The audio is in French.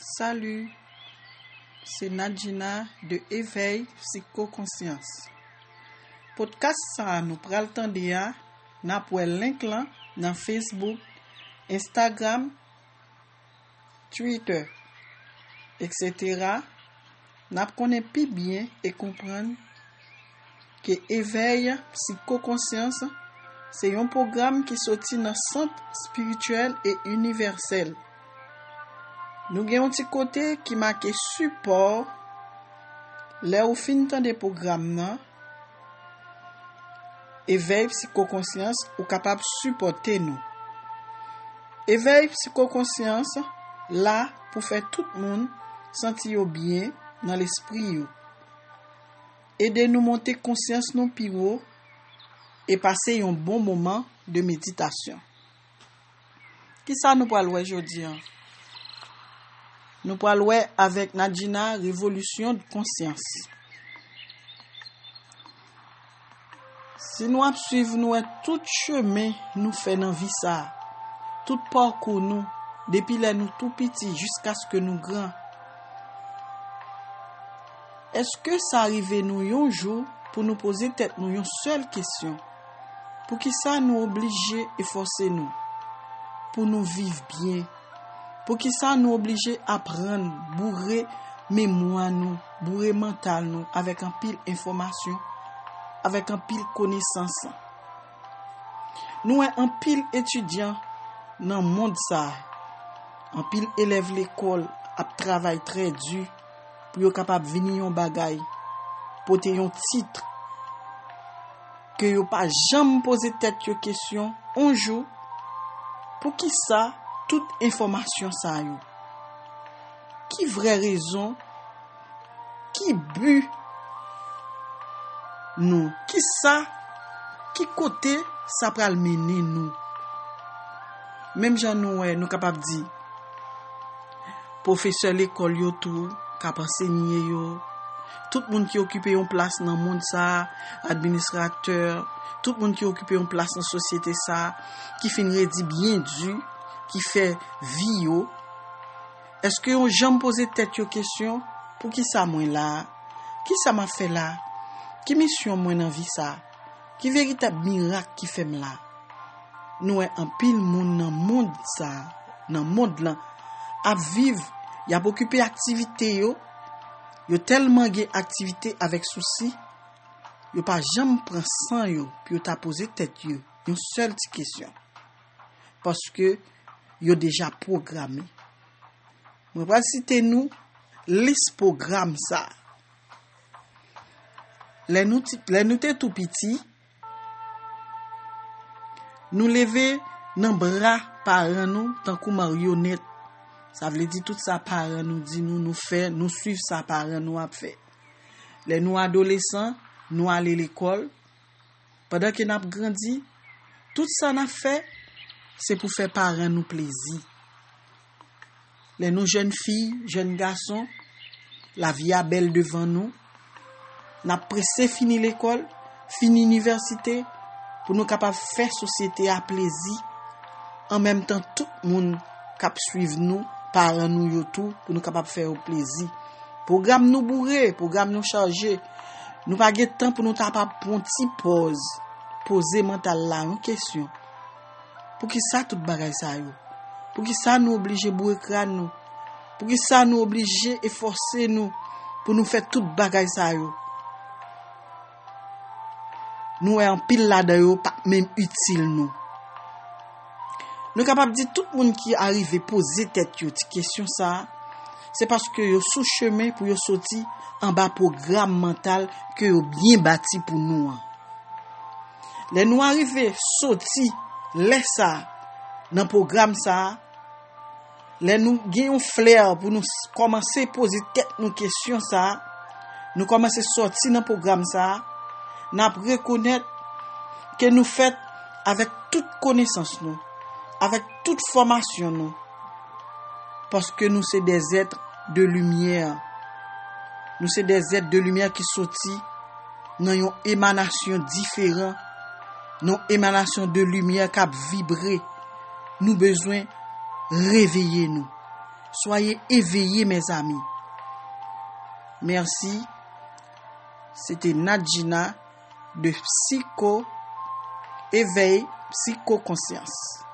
Salut, c'est Nadjina de Éveil Psychoconscience. Podcast ça nous pral tande ya, n'a pou link là dans Facebook, Instagram, Twitter, etc. N'a connaît plus bien et comprendre que Éveil Psychoconscience c'est un programme qui sorti dans centre spirituel et universel. Nous avons un petit côté qui marque support. Là où fin temps des programmes, Éveil Psychoconscience ou capable de supporter nous. Éveil Psychoconscience là pour faire tout le monde sentir bien dans l'esprit. Aider nous monter conscience non piro et passer un bon moment de méditation. Qui ça nous parle aujourd'hui? Nous parlons avec Nadjina révolution de conscience. Si nous suivons nous tout chemin nous fait dans vie ça, tout parcours nous depuis là nous tout petit jusqu'à ce que nous grand. Est-ce que ça arrive nous un jour pour nous poser tête nous une seule question? Pour qui ça nous obliger et forcer nous pour nous vivre bien? Pour qui ça nous oblige à apprendre, bourrer mémoire nous, bourrer mental nous, avec un pile information, avec un pile connaissance. Nous un pile étudiant dans le monde ça, un pile élève l'école, à travail très dur, pour être capable de venir un bagay, pour te un titre, que yo pas jamais posé tête de question, un jour, pour qui ça, toute information ça yo. Qui vraie raison, qui but nous, qui ça, qui côté ça pral mener nous. Même j'en nous capable dire professeur l'école yo tout, cap enseigner yo, tout monde qui occupe une place dans monde ça, administrateur, tout monde qui occupe une place dans société ça, qui finit dit bien dur, qui fait vie yo. Est-ce que on jamais posé tête yo question pour qui ça moi là? Qui ça m'a fait là? Qui mission moi dans vie ça? Qui véritable miracle qui fait là? Nous un pile monde dans monde ça, dans monde là à vivre, y a occupé activité yo tellement gen activité avec souci, yo pas jamais prend sang yo puis yo t'a posé tête yo une seule petite question. Parce que yo déjà programmé. On va citer nous liste programme ça. Les nous tout petit, nous lever dans bras parents nous tant que marionnette. Ça veut dire tout ça parents nous dit nous faire, nous suivre ça parents nous a fait. Les nous adolescents, nous aller l'école pendant que n'a grandi, tout ça n'a fait c'est pour faire parents nous plaisir. Les nous jeunes filles, jeunes garçons, la vie est belle devant nous. N'a pressé fini l'école, fini l'université pour nous capable faire société à plaisir. En même temps tout le monde cap suivre nous, parents nous yo tout pour nous capable faire au plaisir. Programme nous bourré, programme nous chargé. Nous pas de temps pour nous capable prendre une petite pause, poser mental là une question. Pour qui ça tout bagay ça yo? Pour qui ça nous oblige bourrer crâne nous? Pour qui ça nous oblige et forcer nous pour nous faire tout bagay ça yo? Nous en pile là dedans pas même utile nous. Nous capable dire tout le monde qui arrive poser tête yo ti question ça, c'est parce que yo sous chemin pour yo sorti en bas programme mental que yo bien bâti pour nous. Les nous arriver sorti laisse ça dans programme ça, les nous gagnons flair pour nous commencer poser tête nous question ça, nous commencer sortir dans programme ça, n'a reconnaître que nous fait avec toute connaissance nous, avec toute formation nous, parce que nous c'est des êtres de lumière, nous c'est des êtres de lumière qui sorti dans une émanation différente, non émanation de lumière qui a vibré. Nous besoin réveiller nous. Soyez éveillés, mes amis. Merci. C'était Nadjina de Éveil Psychoconscience.